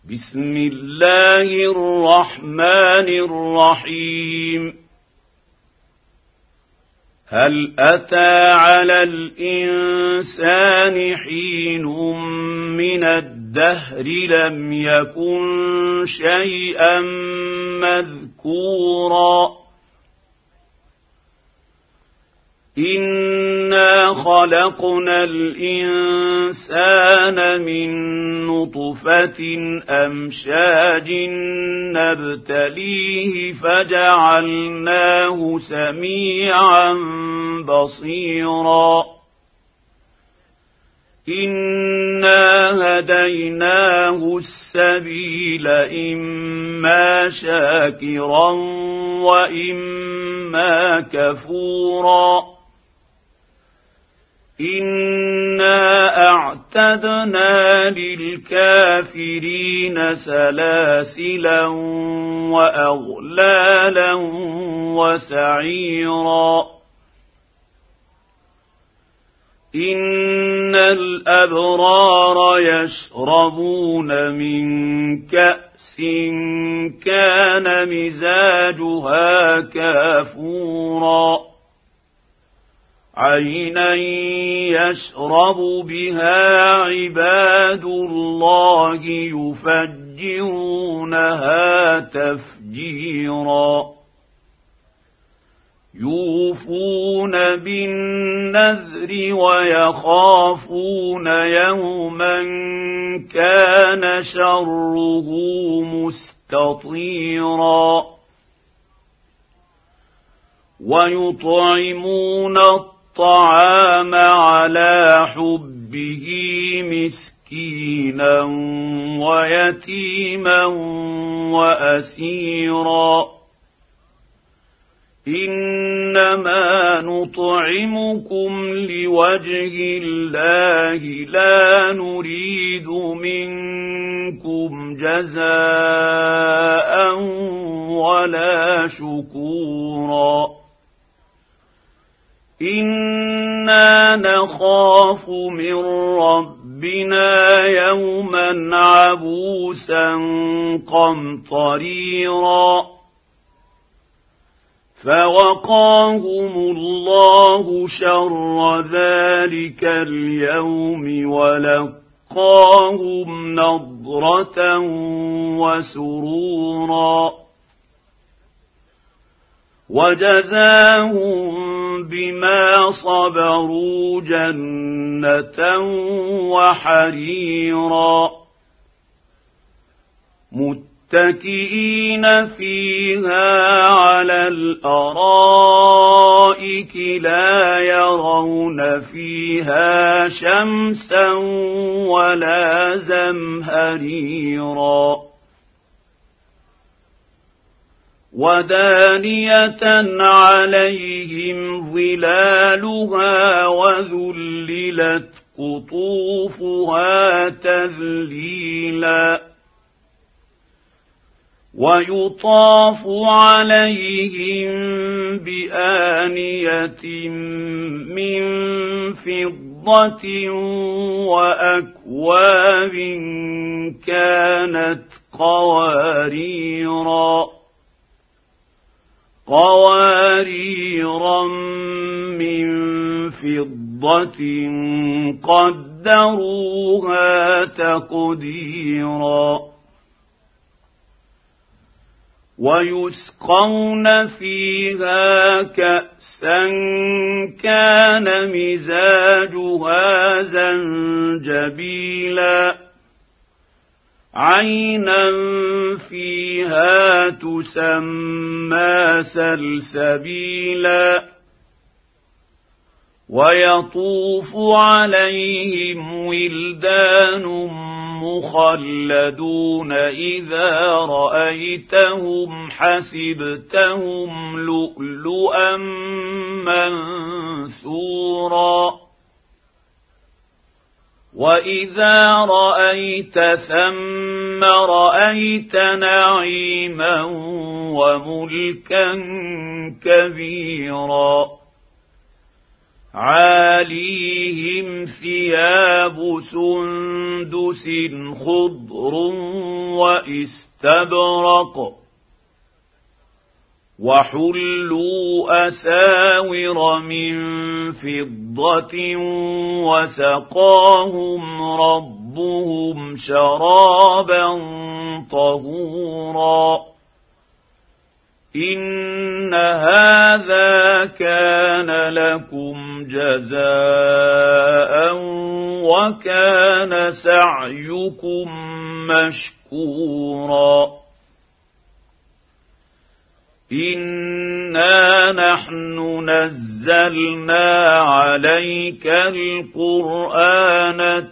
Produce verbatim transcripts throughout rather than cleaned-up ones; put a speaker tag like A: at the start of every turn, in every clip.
A: بسم الله الرحمن الرحيم هل أتى على الإنسان حين من الدهر لم يكن شيئا مذكورا إنا خلقنا الإنسان من نطفة أمشاج نبتليه فجعلناه سميعا بصيرا إنا هديناه السبيل إما شاكرا وإما كفورا إنا أعتدنا للكافرين سلاسلا وأغلالا وسعيرا إن الأبرار يشربون من كأس كان مزاجها كافورا عينا يشرب بها عباد الله يفجرونها تفجيرا يوفون بالنذر ويخافون يوما كان شره مستطيرا ويطعمون الطعام على حبه مسكينا ويتيما وأسيرا إنما نطعمكم لوجه الله لا نريد منكم جزاء ولا شكورا إنا نخاف من ربنا يوما عبوسا قمطريرا فوقاهم الله شر ذلك اليوم ولقاهم نضرة وسرورا وجزاهم بما صبروا جنة وحريرا متكئين فيها على الأرائك لا يرون فيها شمسا ولا زمهريرا ودانية عليهم ظلالها وذللت قطوفها تذليلا ويطاف عليهم بآنية من فضة وأكواب كانت قواريرا قواريرا من فضة قدروها تقديرا ويسقون فيها كأسا كان مزاجها زنجبيلا عينا فيها تسمى سلسبيلا ويطوف عليهم ولدان مخلدون إذا رأيتهم حسبتهم لؤلؤا منثورا وإذا رأيت ثم رأيت نعيما وملكا كبيرا عاليهم ثياب سندس خضر واستبرق وحلوا أساور من فضة وسقاهم ربهم شرابا طهورا إن هذا كان لكم جزاء وكان سعيكم مشكورا إنا نحن نزلنا عليك القرآن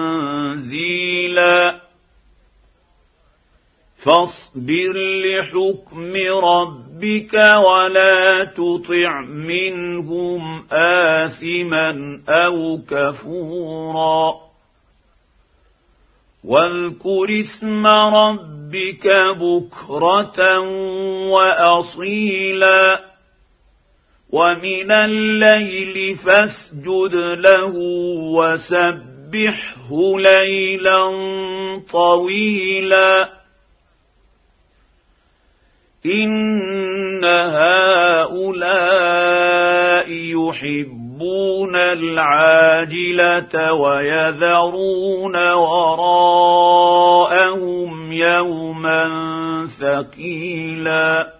A: تنزيلا فاصبر لحكم ربك ولا تطع منهم آثما أو كفورا واذكر اسم ربك بكرة وأصيلا ومن الليل فاسجد له وسبحه ليلا طويلا إن هؤلاء يحبون العاجلة ويذرون وراءهم يوما ثقيلا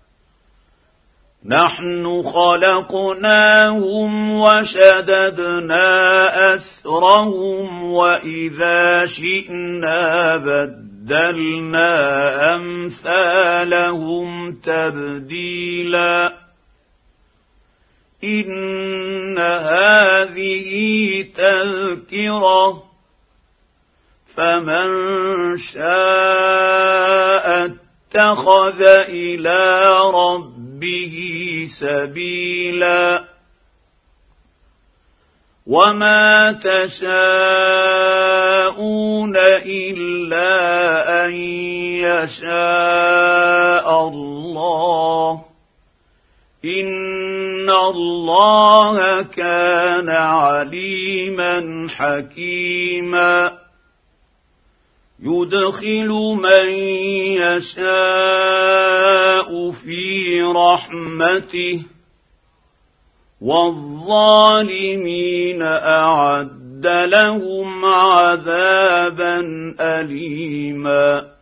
A: نحن خلقناهم وشددنا أسرهم وإذا شئنا بدلنا بدلنا أمثالهم تبديلا إن هذه تذكرة فمن شاء اتخذ إلى ربه سبيلا وما تشاءون إلا أن يشاء الله إن الله كان عليما حكيما يدخل من يشاء في رحمته والظالمين أعد لهم عذابا أليما